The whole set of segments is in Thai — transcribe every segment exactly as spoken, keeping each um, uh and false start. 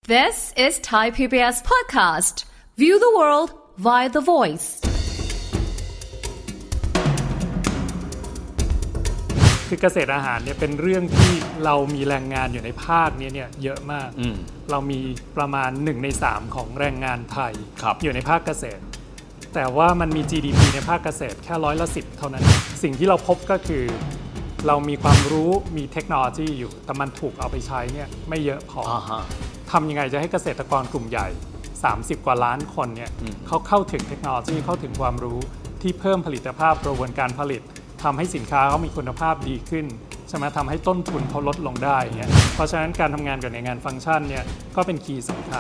This is Thai พี บี เอส podcast. View the world via the voice. คือเกษตรอาหารเนี่ยเป็นเรื่องที่เรามีแรงงานอยู่ในภาคนี้เนี่ยเยอะมากเรามีประมาณหนึ่งในสามของแรงงานไทยอยู่ในภาคเกษตรแต่ว่ามันมี จี ดี พี ในภาคเกษตรแค่ร้อยละสิบเท่านั้นสิ่งที่เราพบก็คือเรามีความรู้มีเทคโนโลยีอยู่แต่มันถูกเอาไปใช้เนี่ยไม่เยอะพอ uh-huh. ทำยังไงจะให้เกษตรกรกลุ่มใหญ่สามสิบกว่าล้านคนเนี่ย mm. เขาเข้าถึงเทคโนโลยีเข้าถึงความรู้ที่เพิ่มผลิตภาพกระบวนการผลิตทำให้สินค้าเขามีคุณภาพดีขึ้นใช่ไหมทำให้ต้นทุนเขาลดลงได้เนี่ยเพราะฉะนั้นการทำงานกับในงานฟังก์ชันเนี่ยก็เป็นคีย์สำคัญ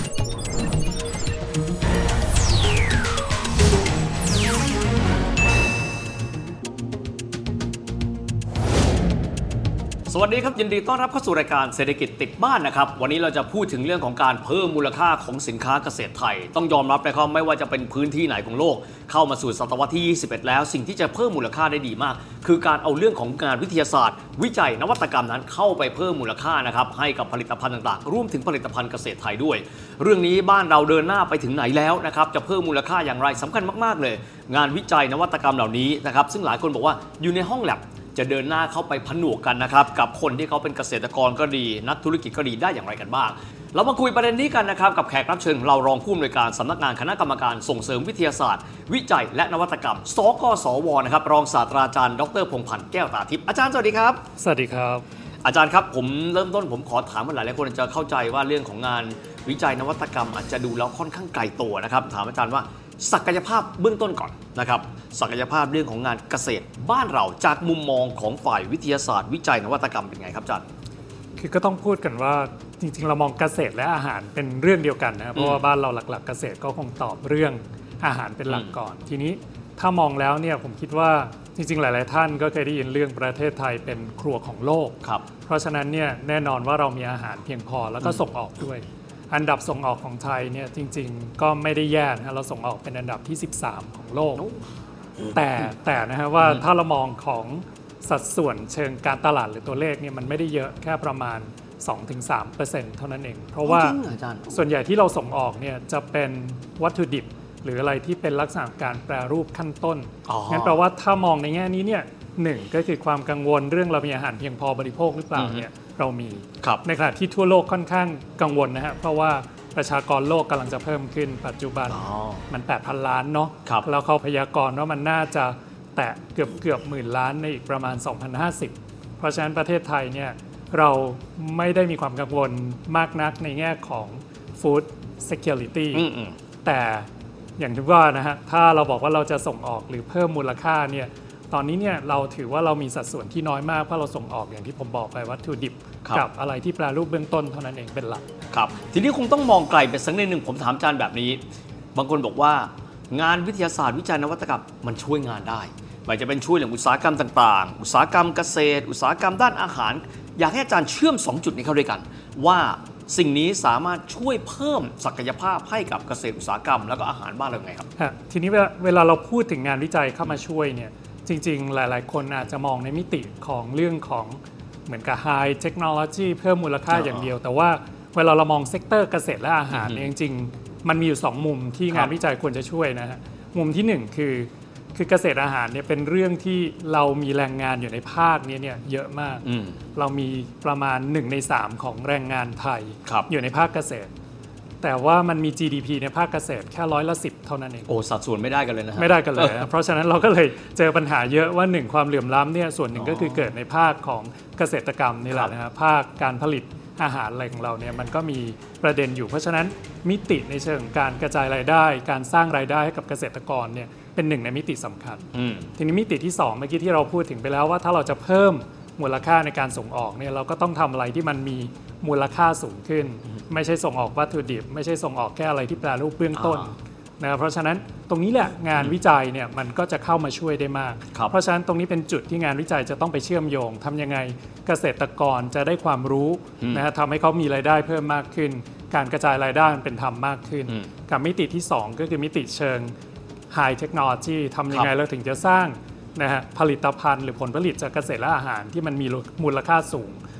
สวัสดีครับยินดีต้อนรับเข้าสู่รายการเศรษฐกิจติดบ้านนะครับวันนี้เราจะพูดถึงเรื่องของการเพิ่มมูลค่าของสินค้าเกษตรไทยต้องยอมรับนะครับไม่ว่าจะเป็นพื้นที่ไหนของโลกเข้ามาสู่ศตวรรษที่ยี่สิบเอ็ดแล้วสิ่งที่จะเพิ่มมูลค่าได้ดีมากคือการเอาเรื่องของงานวิทยาศาสตร์วิจัยนวัตกรรมนั้นเข้าไปเพิ่มมูลค่านะครับให้กับผลิตภัณฑ์ต่างๆรวมถึงผลิตภัณฑ์เกษตรไทยด้วยเรื่องนี้บ้านเราเดินหน้าไปถึงไหนแล้วนะครับจะเพิ่มมูลค่าอย่างไรสำคัญมากๆเลยงานวิจัยนวัตกรรมเหล่านี้นะครับซึ่งหลายคนบอกว่าอยู่ในห้องแลบจะเดินหน้าเข้าไปผนวกกันนะครับกับคนที่เขาเป็นเกษตรกรก็ดีนักธุรกิจก็ดีได้อย่างไรกันบ้างเรามาคุยประเด็นนี้กันนะครับกับแขกรับเชิญเรารองผู้อำนวยการสำนักงานคณะกรรมการส่งเสริมวิทยาศาสตร์วิจัยและนวัตกรรมสกสวนะครับรองศาสตราจารย์ดรพงษ์พันธ์แก้วตาทิพย์อาจารย์สวัสดีครับสวัสดีครับอาจารย์ครับผมเริ่มต้นผมขอถามว่าหลายๆคนจะเข้าใจว่าเรื่องของงานวิจัยนวัตกรรมอาจจะดูแล้วค่อนข้างไกลตัวนะครับถามอาจารย์ว่าศักยภาพเบื้องต้นก่อนนะครับศักยภาพเรื่องของงานเกษตรบ้านเราจากมุมมองของฝ่ายวิทยาศาสตร์วิจัยนวัตกรรมเป็นไงครับอาจารย์คือก็ต้องพูดกันว่าจริงๆเรามองเกษตรและอาหารเป็นเรื่องเดียวกันนะเพราะว่าบ้านเราหลักๆเกษตรก็คงตอบเรื่องอาหารเป็นหลักก่อนทีนี้ถ้ามองแล้วเนี่ยผมคิดว่าจริงๆหลายๆท่านก็เคยได้ยินเรื่องประเทศไทยเป็นครัวของโลกครับเพราะฉะนั้นเนี่ยแน่นอนว่าเรามีอาหารเพียงพอแล้วก็ส่งออกด้วยอันดับส่งออกของไทยเนี่ยจริงๆก็ไม่ได้แย่นะเราส่งออกเป็นอันดับที่สิบสามของโลกแต่แต่นะฮะว่าถ้าเรามองของสัดส่วนเชิงการตลาดหรือตัวเลขเนี่ยมันไม่ได้เยอะแค่ประมาณ สองถึงสามเปอร์เซ็นต์ เท่านั้นเองเพราะว่าส่วนใหญ่ที่เราส่งออกเนี่ยจะเป็นวัตถุดิบหรืออะไรที่เป็นลักษณะการแปรรูปขั้นต้นงั้นแปลว่าถ้ามองในแง่นี้เนี่ยหนึ่งก็คือความกังวลเรื่องเรามีอาหารเพียงพอบริโภคหรือเปล่าเนี่ยเรามีในขณะที่ทั่วโลกค่อนข้างกังวลนะฮะเพราะว่าประชากรโลกกำลังจะเพิ่มขึ้นปัจจุบันมัน แปดพัน ล้านเนาะแล้วเขาพยากรณ์ว่ามันน่าจะแตะเกือบเกือบหมื่นล้านในอีกประมาณสองพันห้าสิบเพราะฉะนั้นประเทศไทยเนี่ยเราไม่ได้มีความกังวลมากนักในแง่ของ food security แต่อย่างที่ว่านะฮะถ้าเราบอกว่าเราจะส่งออกหรือเพิ่มมูลค่าเนี่ยตอนนี้เนี่ยเราถือว่าเรามีสัดส่วนที่น้อยมากเพราะเราส่งออกอย่างที่ผมบอกไปวัตถุดิบกับอะไรที่แปรรูปเบื้องต้นเท่านั้นเองเป็นหลักครับทีนี้คงต้องมองไกลไปสักนิดนึงผมถามอาจารย์แบบนี้บางคนบอกว่างานวิทยาศาสตร์วิจัยนวัตกรรมมันช่วยงานได้ไม่จะเป็นช่วยเรื่องอุตสาหกรรมต่างๆอุตสาหกรรมเกษตรอุตสาหกรรมด้านอาหารอยากให้อาจารย์เชื่อมสองจุดนี้เข้าด้วยกันว่าสิ่งนี้สามารถช่วยเพิ่มศักยภาพให้กับเกษตรอุตสาหกรรมแล้วก็อาหารบ้านเราไงครับทีนี้เวลาเราพูดถึงงานวิจัยเข้ามาช่วยเนี่ยจริงๆหลายๆคนอาจจะมองในมิติของเรื่องของเหมือนกับ High Technology เพิ่มมูลค่าอย่างเดียวแต่ว่าเวลาเรามองเซกเตอร์เกษตรและอาหารเนี่ยจริงๆมันมีอยู่สองมุมที่งานวิจัยควรจะช่วยนะฮะมุมที่หนึ่งคือคือเกษตรอาหารเนี่ยเป็นเรื่องที่เรามีแรงงานอยู่ในภาคนี้เนี่ยเยอะมากเรามีประมาณหนึ่งในสามของแรงงานไทยอยู่ในภาคเกษตรแต่ว่ามันมี จี ดี พี ในภาคเกษตรแค่ร้อยละสิบเท่านั้นเองโอ้สัดส่วนไม่ได้กันเลยนะไม่ได้กันเลยนะเพราะฉะนั้นเราก็เลยเจอปัญหาเยอะว่าหนึ่งความเหลื่อมล้ำเนี่ยส่วนหนึ่งก็คือเกิดในภาคของเกษตรกรรมนี่แหละนะครับภาคการผลิตอาหารอะไรของเราเนี่ยมันก็มีประเด็นอยู่เพราะฉะนั้นมิติในเชิงการกระจายรายได้การสร้างรายได้ให้กับเกษตรกรเนี่ยเป็นหนึ่งในมิติสำคัญทีนี้มิติที่สองเมื่อกี้ที่เราพูดถึงไปแล้วว่าถ้าเราจะเพิ่มมูลค่าในการส่งออกเนี่ยเราก็ต้องทำอะไรที่มันมีมูลค่าสูงขึ้นไม่ใช่ส่งออกวัตถุดิบไม่ใช่ส่งออกแค่อะไรที่แปรรูปเบื้องต้นนะเพราะฉะนั้นตรงนี้แหละงานวิจัยเนี่ยมันก็จะเข้ามาช่วยได้มากเพราะฉะนั้นตรงนี้เป็นจุดที่งานวิจัยจะต้องไปเชื่อมโยงทำยังไงเกษตรกรจะได้ความรู้นะฮะทำให้เขามีรายได้เพิ่มมากขึ้นการกระจายรายได้เป็นธรรมมากขึ้นกับมิติที่สองก็คือมิติเชิง High Technology ทำยังไงเราถึงจะสร้างนะฮะผลิตภัณฑ์หรือผลผลิตจากเกษตรและอาหารที่มันมีมูลค่าสูง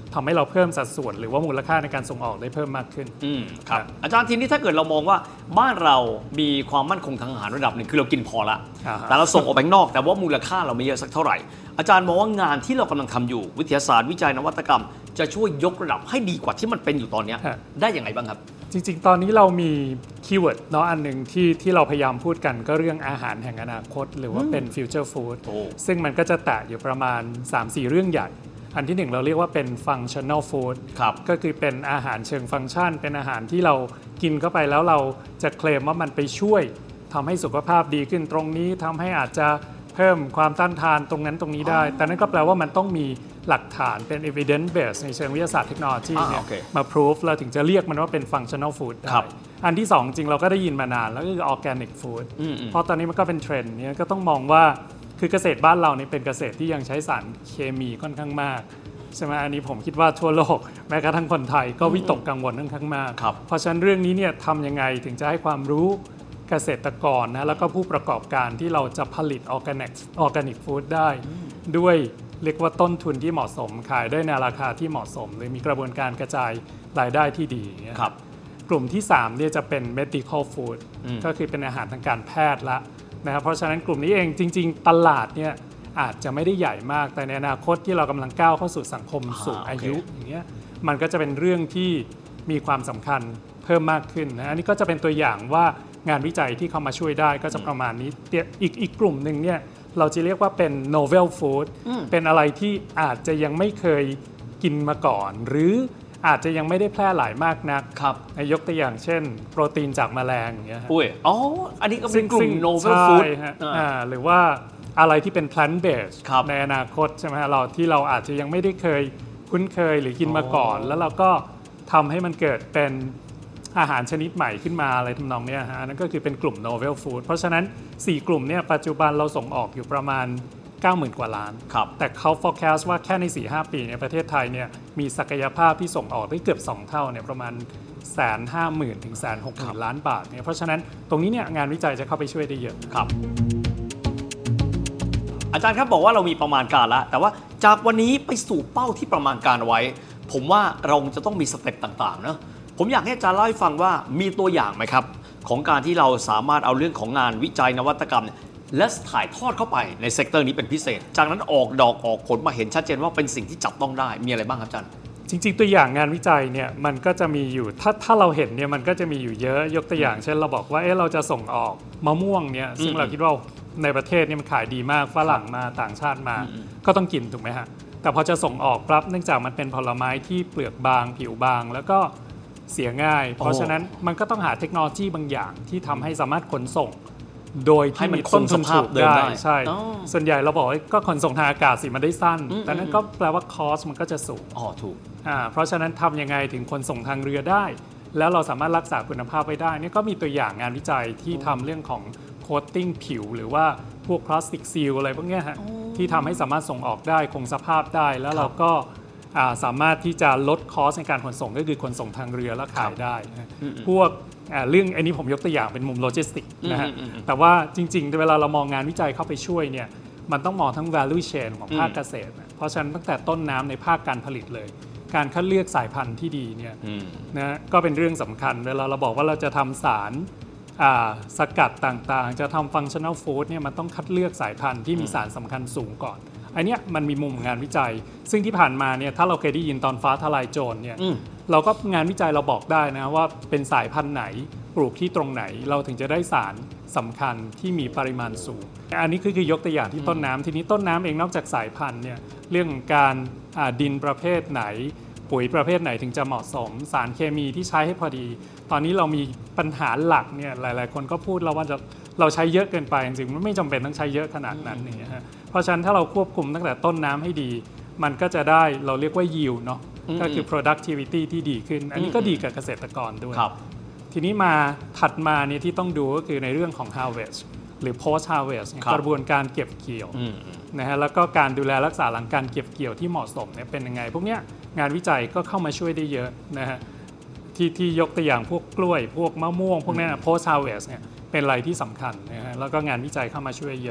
ทำให้เราเพิ่มสัดส่วนหรือว่ามูลค่าในการส่งออกได้เพิ่มมากขึ้นอืมครับอาจารย์ทีนี้ถ้าเกิดเรามองว่าบ้านเรามีความมั่นคงทางอาหารระดับหนึ่งคือเรากินพอละแต่เราส่งออกไปนอกแต่ว่ามูลค่าเราไม่เยอะสักเท่าไหร่อาจารย์มองว่างานที่เรากำลังทำอยู่วิทยาศาสตร์วิจัยนวัตกรรมจะช่วยยกระดับให้ดีกว่าที่มันเป็นอยู่ตอนนี้ได้อย่างไรบ้างครับจริงๆตอนนี้เรามีคีย์เวิร์ดเนาะอันหนึ่งที่ที่เราพยายามพูดกันก็เรื่องอาหารแห่งอนาคตหรือว่าเป็น future food ซึ่งมันก็จะแตะอยู่ประมาณ สามสี่ เรื่องใหญ่อันที่หนึ่งเราเรียกว่าเป็น functional food ก็คือเป็นอาหารเชิงฟังก์ชันเป็นอาหารที่เรากินเข้าไปแล้วเราจะเคลมว่ามันไปช่วยทำให้สุขภาพดีขึ้นตรงนี้ทำให้อาจจะเพิ่มความต้านทานตรงนั้นตรงนี้ได้แต่นั่นก็แปลว่ามันต้องมีหลักฐานเป็น evidence base ในเชิงวิทยาศาสตร์เทคโนโลยีเนี่ยมา proof เราถึงจะเรียกมันว่าเป็น functional food ได้อันที่สองจริงเราก็ได้ยินมานานแล้วก็คือ organic food เพราะตอนนี้มันก็เป็นเทรนด์เนี่ยก็ต้องมองว่าคือเกษตรบ้านเรานี่เป็นเกษตรที่ยังใช้สารเคมีค่อนข้างมากใช่ไหมอันนี้ผมคิดว่าทั่วโลกแม้กระทั่งคนไทยก็วิตกกังวลค่อนข้างมากเพราะฉะนั้นเรื่องนี้เนี่ยทำยังไงถึงจะให้ความรู้เกษตรกรนะแล้วก็ผู้ประกอบการที่เราจะผลิตออร์แกนิกออร์แกนิกฟู้ดได้ด้วยเรียกว่าต้นทุนที่เหมาะสมขายได้ในราคาที่เหมาะสมหรือมีกระบวนการกระจายรายได้ที่ดีครับกลุ่มที่สามเนี่ยจะเป็น medical food ก็คือเป็นอาหารทางการแพทย์ละนะครับเพราะฉะนั้นกลุ่มนี้เองจริงๆตลาดเนี่ยอาจจะไม่ได้ใหญ่มากแต่ในอนาคตที่เรากำลังก้าวเข้าสู่สังคมสูงอายุอย่างเงี้ยมันก็จะเป็นเรื่องที่มีความสำคัญเพิ่มมากขึ้นนะอันนี้ก็จะเป็นตัวอย่างว่างานวิจัยที่เข้ามาช่วยได้ก็จะประมาณนี้อีกอีกกลุ่มหนึ่งเนี่ยเราจะเรียกว่าเป็น novel food เป็นอะไรที่อาจจะยังไม่เคยกินมาก่อนหรืออาจจะยังไม่ได้แพร่หลายมากนักยกตัวอย่างเช่นโปรตีนจากแมลงอย่างเงี้ยอุ้ยอ๋ออันนี้ก็เป็นกลุ่ม novel food หรือว่าอะไรที่เป็น plant based ในอนาคตใช่ไหมเราที่เราอาจจะยังไม่ได้เคยคุ้นเคยหรือกินมาก่อนแล้วเราก็ทำให้มันเกิดเป็นอาหารชนิดใหม่ขึ้นมาอะไรทำนองนี้ฮะนั่นก็คือเป็นกลุ่ม novel food เพราะฉะนั้นสี่กลุ่มเนี่ยปัจจุบันเราส่งออกอยู่ประมาณ เก้าหมื่น กว่าล้านแต่เขา forecast ว่าแค่ใน สี่ถึงห้า ปีในประเทศไทยเนี่ยมีศักยภาพที่ส่งออกได้เกือบสองเท่าเนี่ยประมาณ หนึ่งแสนห้าหมื่น ถึง หนึ่งแสนหกหมื่น ล้านบาทเนี่ยเพราะฉะนั้นตรงนี้เนี่ยงานวิจัยจะเข้าไปช่วยได้เยอะครับอาจารย์ครับบอกว่าเรามีประมาณการแล้วแต่ว่าจากวันนี้ไปสู่เป้าที่ประมาณการไว้ผมว่าเราจะต้องมีสเต็ปต่างๆนะผมอยากให้อาจารย์เล่าให้ฟังว่ามีตัวอย่างไหมครับของการที่เราสามารถเอาเรื่องของงานวิจัยนวัตกรรมและถ่ายทอดเข้าไปในเซกเตอร์นี้เป็นพิเศษจากนั้นออกดอกออกผลมาเห็นชัดเจนว่าเป็นสิ่งที่จับต้องได้มีอะไรบ้างครับอาจารย์จริงๆตัวอย่างงานวิจัยเนี่ยมันก็จะมีอยู่ถ้าถ้าเราเห็นเนี่ยมันก็จะมีอยู่เยอะยกตัวอย่างเช่นเราบอกว่าเอ๊ะเราจะส่งออกมะม่วงเนี่ยซึ่งเราคิดว่าในประเทศนี่มันขายดีมากฝรั่งมาต่างชาติมาก็ต้องกินถูกไหมฮะแต่พอจะส่งออกปั๊บเนื่องจากมันเป็นผลไม้ที่เปลือกบางผิวบางแล้วก็เสียง่ายเพราะฉะนั้นมันก็ต้องหาเทคโนโลยีบางอย่างที่ทำให้สามารถขนส่งโดยที่มีต้นทุนถูกได้ใช่ส่วนใหญ่เราบอกว่าก็ขนส่งทางอากาศสิมันได้สั้นแต่นั้นก็แปลว่าคอสมันก็จะสูงอ๋อถูกอ่าเพราะฉะนั้นทำยังไงถึงขนส่งทางเรือได้แล้วเราสามารถรักษาคุณภาพไว้ได้นี่ก็มีตัวอย่างงานวิจัยที่ทำเรื่องของโคตติ้งผิวหรือว่าพวกพลาสติกซีลอะไรพวกนี้ฮะที่ทำให้สามารถส่งออกได้คงสภาพได้แล้วเราก็สามารถที่จะลดคอสในการขนส่งก็คือขนส่งทางเรือแล้วขายได้พวกเรื่องอันนี้ผมยกตัวอย่างเป็นมุมโลจิสติกนะฮะแต่ว่าจริงๆเวลาเรามองงานวิจัยเข้าไปช่วยเนี่ยมันต้องมองทั้ง value chain ของภาคเกษตรเพราะฉะนั้นตั้งแต่ต้นน้ำในภาคการผลิตเลยการคัดเลือกสายพันธุ์ที่ดีเนี่ยนะก็เป็นเรื่องสำคัญเวลาเราบอกว่าเราจะทำสารสกัดต่างๆจะทำ functional food เนี่ยมันต้องคัดเลือกสายพันธุ์ที่มีสารสำคัญสูงก่อนอันนี้มันมีมุมงานวิจัยซึ่งที่ผ่านมาเนี่ยถ้าเราเคยได้ยินตอนฟ้าทลายโจรเนี่ยเราก็งานวิจัยเราบอกได้นะว่าเป็นสายพันธุ์ไหนปลูกที่ตรงไหนเราถึงจะได้สารสำคัญที่มีปริมาณสูงอันนี้คือคือยกตัวอย่างที่ต้นน้ำทีนี้ต้นน้ำเองนอกจากสายพันธุ์เนี่ยเรื่องการดินประเภทไหนปุ๋ยประเภทไหนถึงจะเหมาะสมสารเคมีที่ใช้ให้พอดีตอนนี้เรามีปัญหาหลักเนี่ยหลายๆคนก็พูดเราว่าจะเราใช้เยอะเกินไปจริงๆมันไม่จำเป็นต้องใช้เยอะขนาดนั้นนี่ฮะเพราะฉะนั้นถ้าเราควบคุมตั้งแต่ต้นน้ำให้ดีมันก็จะได้เราเรียกว่า yield เนาะก็คือ productivity ที่ดีขึ้นอันนี้ก็ดีกับเกษตรกรด้วยทีนี้มาถัดมาเนี่ยที่ต้องดูก็คือในเรื่องของ harvest หรือ post harvest กระบวนการเก็บเกี่ยวนะฮะแล้วก็การดูแลรักษาหลังการเก็บเกี่ยวที่เหมาะสมเนี่ยเป็นยังไงพวกเนี้ยงานวิจัยก็เข้ามาช่วยได้เยอะนะฮะที่ที่ยกตัวอย่างพวกกล้วยพวกมะม่วงพวกนี้นะ post harvest เนี่ยเป็นอะไรที่สำคัญนะฮะแล้วก็งานวิจัยเข้ามาช่วยเยอะ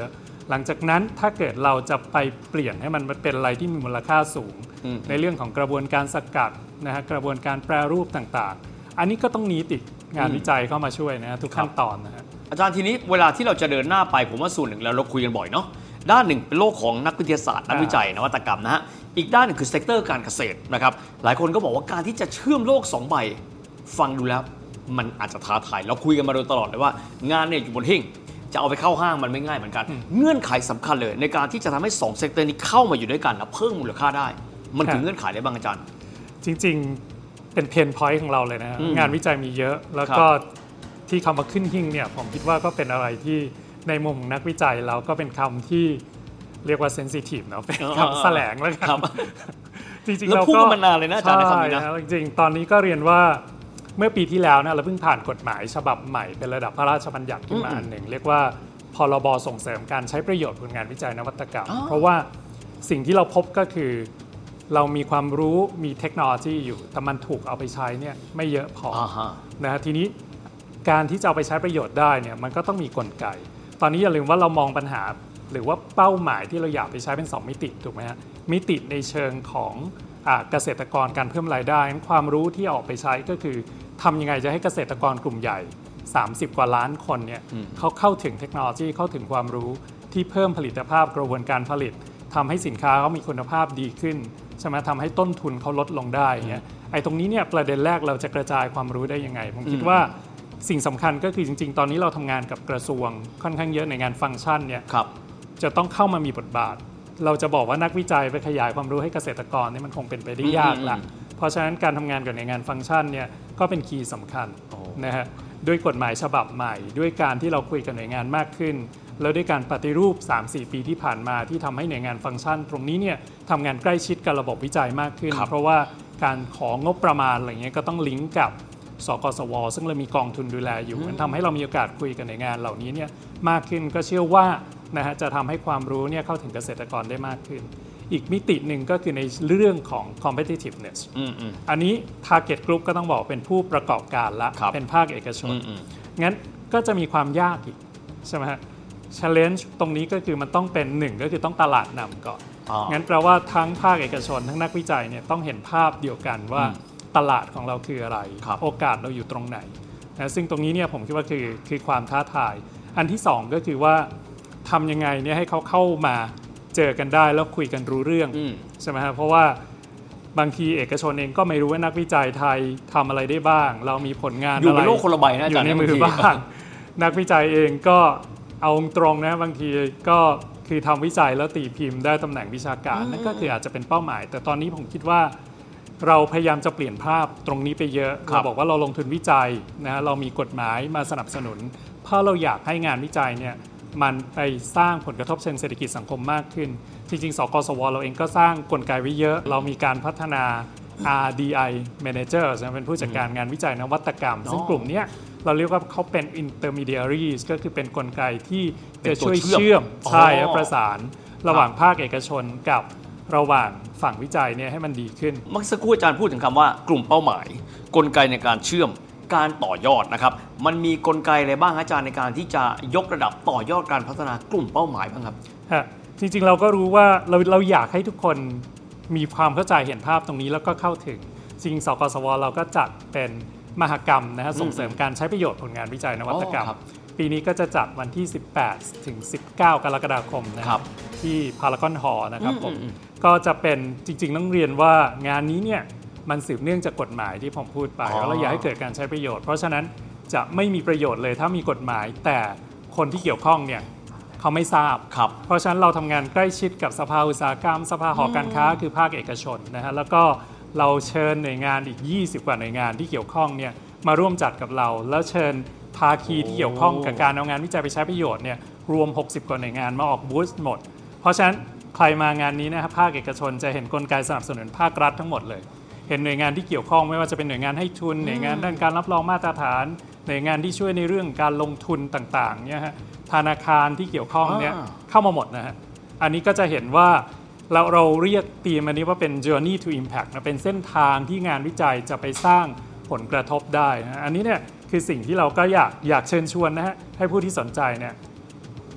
หลังจากนั้นถ้าเกิดเราจะไปเปลี่ยนให้มันเป็นอะไรที่มีมูลค่าสูงในเรื่องของกระบวนการสกัดนะฮะกระบวนการแปรรูปต่างๆอันนี้ก็ต้องนิติงานวิจัยเข้ามาช่วยนะฮะทุกขั้นตอนนะฮะอาจารย์ทีนี้เวลาที่เราจะเดินหน้าไปผมว่าส่วนหนึ่งแล้วเราคุยกันบ่อยเนาะด้านหนึ่งเป็นโลกของนักวิทยาศาสตร์นักวิจัยนวัตกรรมนะฮะอีกด้านหนึ่งคือเซกเตอร์การเกษตรนะครับหลายคนก็บอกว่าการที่จะเชื่อมโลกสองใบฟังดูแล้วมันอาจจะท้าทายเราคุยกันมาโดยตลอดเลยว่างานเนี่ยอยู่บนหิ้งจะเอาไปเข้าห้างมันไม่ง่ายเหมือนกันเงื่อนไขสำคัญเลยในการที่จะทำให้สองเซกเตอร์นี้เข้ามาอยู่ด้วยกันและเพิ่มมูลค่าได้มันคือเงื่อนไขได้บ้างอาจารย์จริงๆเป็นเพนพอยต์ของเราเลยนะงานวิจัยมีเยอะแล้วก็ที่คำว่าขึ้นหิ้งเนี่ยผมคิดว่าก็เป็นอะไรที่ในมุมนักวิจัยเราก็เป็นคำที่เรียกว่าเซนซิทีฟเนาะเป็นคำแสลงแล้วครับจริงๆเราก็มานานเลยนะอาจารย์ในคำนี้นะจริงๆตอนนี้ก็เรียนว่าเมื่อปีที่แล้วนะเราเพิ่งผ่านกฎหมายฉบับใหม่เป็นระดับพระราชบัญญัติขึ้นมาอันหนึ่งเรียกว่าพรบส่งเสริมการใช้ประโยชน์ผลงานวิจัยนวัตกรรมเพราะว่าสิ่งที่เราพบก็คือเรามีความรู้มีเทคโนโลยีอยู่แต่มันถูกเอาไปใช้เนี่ยไม่เยอะพอนะฮะทีนี้การที่จะเอาไปใช้ประโยชน์ได้เนี่ยมันก็ต้องมีกลไกตอนนี้อย่าลืมว่าเรามองปัญหาหรือว่าเป้าหมายที่เราอยากไปใช้เป็นสองมิติถูกไหมฮะมิติในเชิงของเกษตรกรการเพิ่มรายได้ความรู้ที่ออกไปใช้ก็คือทำยังไงจะให้เกษตรกรกลุ่มใหญ่สามสิบกว่าล้านคนเนี่ยเขาเข้าถึงเทคโนโลยีเข้าถึงความรู้ที่เพิ่มผลิตภาพกระบวนการผลิตทำให้สินค้าเขามีคุณภาพดีขึ้นใช่ไหมทำให้ต้นทุนเขาลดลงได้เงี้ยไอ้ตรงนี้เนี่ยประเด็นแรกเราจะกระจายความรู้ได้ยังไงผมคิดว่าสิ่งสำคัญก็คือจริงๆตอนนี้เราทำงานกับกระทรวงค่อนข้างเยอะในงานฟังก์ชันเนี่ยจะต้องเข้ามามีบทบาทเราจะบอกว่านักวิจัยไปขยายความรู้ให้เกษตรกรนี่มันคงเป็นไปได้ยากละเพราะฉะนั้นการทำงานกับในงานฟังก์ชันเนี่ยก็เป็นคีย์สำคัญนะฮะด้วยกฎหมายฉบับใหม่ด้วยการที่เราคุยกับหน่วยงานมากขึ้นแล้วด้วยการปฏิรูป สามสี่ ปีที่ผ่านมาที่ทำให้หน่วยงานฟังก์ชันตรงนี้เนี่ยทำงานใกล้ชิดกับระบบวิจัยมากขึ้นเพราะว่าการของบประมาณอะไรเงี้ยก็ต้องลิงก์กับสกสวซึ่งเรามีกองทุนดูแลอยู่มันทำให้เรามีโอกาสคุยกันในงานเหล่านี้เนี่ยมากขึ้นก็เชื่อว่านะฮะจะทำให้ความรู้เนี่ยเข้าถึงเกษตรกรได้มากขึ้นอีกมิติหนึ่งก็คือในเรื่องของ competitiveness อ, อันนี้ target group ก็ต้องบอกเป็นผู้ประกอบการละเป็นภาคเอกชนงั้นก็จะมีความยากอีกใช่ไหมฮะ challenge ตรงนี้ก็คือมันต้องเป็นหนึ่งก็คือต้องตลาดนำก่อนงั้นแปลว่าทั้งภาคเอกชนทั้งนักวิจัยเนี่ยต้องเห็นภาพเดียวกันว่าตลาดของเราคืออะไรโอกาสเราอยู่ตรงไหนนะซึ่งตรงนี้เนี่ยผมคิดว่าคือคือความท้าทายอันที่สองก็คือว่าทำยังไงเนี่ยให้เขาเข้ามาเจอกันได้แล้วคุยกันรู้เรื่องใช่ไหมครับเพราะว่าบางทีเอกชนเองก็ไม่รู้ว่านักวิจัยไทยทำอะไรได้บ้างเรามีผลงานอะไรอยู่ในโลกคนละใบนะอยู่ในมือบ้างนักวิจัยเองก็เอาตรงนะบางทีก็คือทำวิจัยแล้วตีพิมพ์ได้ตำแหน่งวิชาการนั่นก็คืออาจจะเป็นเป้าหมายแต่ตอนนี้ผมคิดว่าเราพยายามจะเปลี่ยนภาพตรงนี้ไปเยอะเราบอกว่าเราลงทุนวิจัยนะเรามีกฎหมายมาสนับสนุนเพราะเราอยากให้งานวิจัยเนี่ยมันไปสร้างผลกระทบเชิงเศรษฐกิจสังคมมากขึ้นจริงๆสกสวเราเองก็สร้างกลไกไว้เยอะเรามีการพัฒนา อาร์ ดี ไอ Manager เป็นผู้จัดการงานวิจัยนวัตกรรมซึ่งกลุ่มนี้เราเรียกว่าเขาเป็น intermediaries ก็คือเป็นกลไกที่จะช่วยเชื่อมใช่และประสานระหว่างภาคเอกชนกับระหว่างฝั่งวิจัยเนี่ยให้มันดีขึ้นเมื่อสักครู่อาจารย์พูดถึงคำว่ากลุ่มเป้าหมายกลไกในการเชื่อมการต่อยอดนะครับมันมีกลไกอะไรบ้างอาจารย์ในการที่จะยกระดับต่อยอดการพัฒนากลุ่มเป้าหมายบ้างครับจริงๆเราก็รู้ว่าเราเราอยากให้ทุกคนมีความเข้าใจเห็นภาพตรงนี้แล้วก็เข้าถึงจริงสกสวเราก็จัดเป็นมหกรรมนะฮะส่งเสริมการใช้ประโยชน์ผลงานวิจัยนวัตกรรมปีนี้ก็จะจัดวันที่สิบแปดถึงสิบเก้ากรกฎาคมนะครับที่พารากอนฮอลล์นะครับผมก็จะเป็นจริงๆต้องเรียนว่างานนี้เนี่ยมันสืบเนื่องจากกฎหมายที่ผมพูดไปแล้วเราอยากให้เกิดการใช้ประโยชน์เพราะฉะนั้นจะไม่มีประโยชน์เลยถ้ามีกฎหมายแต่คนที่เกี่ยวข้องเนี่ยเขาไม่ทราบเพราะฉะนั้นเราทำงานใกล้ชิดกับสภาอุตสาหกรรมสภาหอการค้าคือภาคเอกชนนะฮะแล้วก็เราเชิญหน่วยงานอีกยี่สิบกว่าหน่วยงานที่เกี่ยวข้องเนี่ยมาร่วมจัดกับเราแล้วเชิญภาคีที่เกี่ยวข้องกับการเอางานวิจัยไปใช้ประโยชน์เนี่ยรวมหกสิบกว่าหน่วยงานมาออกบูธหมดเพราะฉะนั้นใครมางานนี้นะครับภาคเอกชนจะเห็นกลไกสนับสนุนภาครัฐทั้งหมดเลยเห็นหน่วยงานที่เกี่ยวข้องไม่ว่าจะเป็นหน่วยงานให้ทุนหน่วยงานด้านการรับรองมาตรฐานหน่วยงานที่ช่วยในเรื่องการลงทุนต่างๆเนี่ยฮะธนาคารที่เกี่ยวข้องเนี่ยเข้ามาหมดนะฮะอันนี้ก็จะเห็นว่าเราเราเรียกธีมอันนี้ว่าเป็น journey to impact นะเป็นเส้นทางที่งานวิจัยจะไปสร้างผลกระทบได้นะอันนี้เนี่ยคือสิ่งที่เราก็อยากอยากเชิญชวนนะฮะให้ผู้ที่สนใจเนี่ย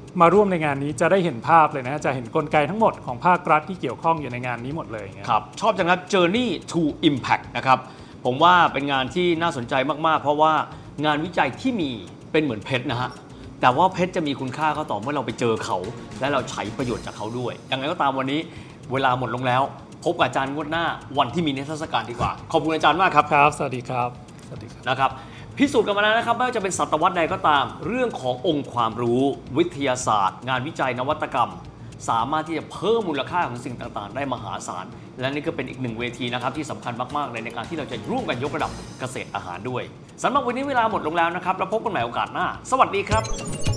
มาร่วมในงานนี้จะได้เห็นภาพเลยนะจะเห็นกลไกทั้งหมดของภาครัฐที่เกี่ยวข้องอยู่ในงานนี้หมดเลยครับชอบจังครับ Journey to Impact นะครับผมว่าเป็นงานที่น่าสนใจมากๆเพราะว่างานวิจัยที่มีเป็นเหมือนเพชรนะฮะแต่ว่าเพชรจะมีคุณค่าก็ต่อเมื่อเราไปเจอเขาและเราใช้ประโยชน์จากเขาด้วยยังไงก็ตามวันนี้เวลาหมดลงแล้วพบกับอาจารย์งวดหน้าวันที่มีนิทรรศการดีกว่าขอบคุณอาจารย์มากครับครับสวัสดีครับสวัสดีครับนะครับพิสูจน์กันมาแล้วนะครับไม่ว่าจะเป็นศตวรรษใดก็ตามเรื่องขององค์ความรู้วิทยาศาสตร์งานวิจัยนวัตกรรมสามารถที่จะเพิ่มมูลค่าของสิ่งต่างๆได้มหาศาลและนี่ก็เป็นอีกหนึ่งเวทีนะครับที่สำคัญมากๆเลยในการที่เราจะร่วมกันยกระดับเกษตรอาหารด้วยสำหรับวันนี้เวลาหมดลงแล้วนะครับแล้วพบกันใหม่โอกาสหน้าสวัสดีครับ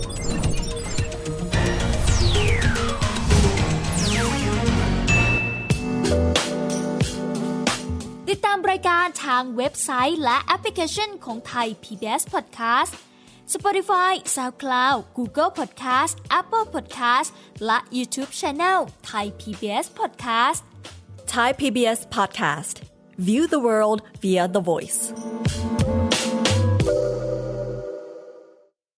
ติดตามรายการทางเว็บไซต์และแอปพลิเคชันของไทย พี บี เอส Podcast Spotify, SoundCloud, Google Podcast, Apple Podcast และ YouTube Channel Thai พี บี เอส Podcast Thai พี บี เอส Podcast View the world via the voice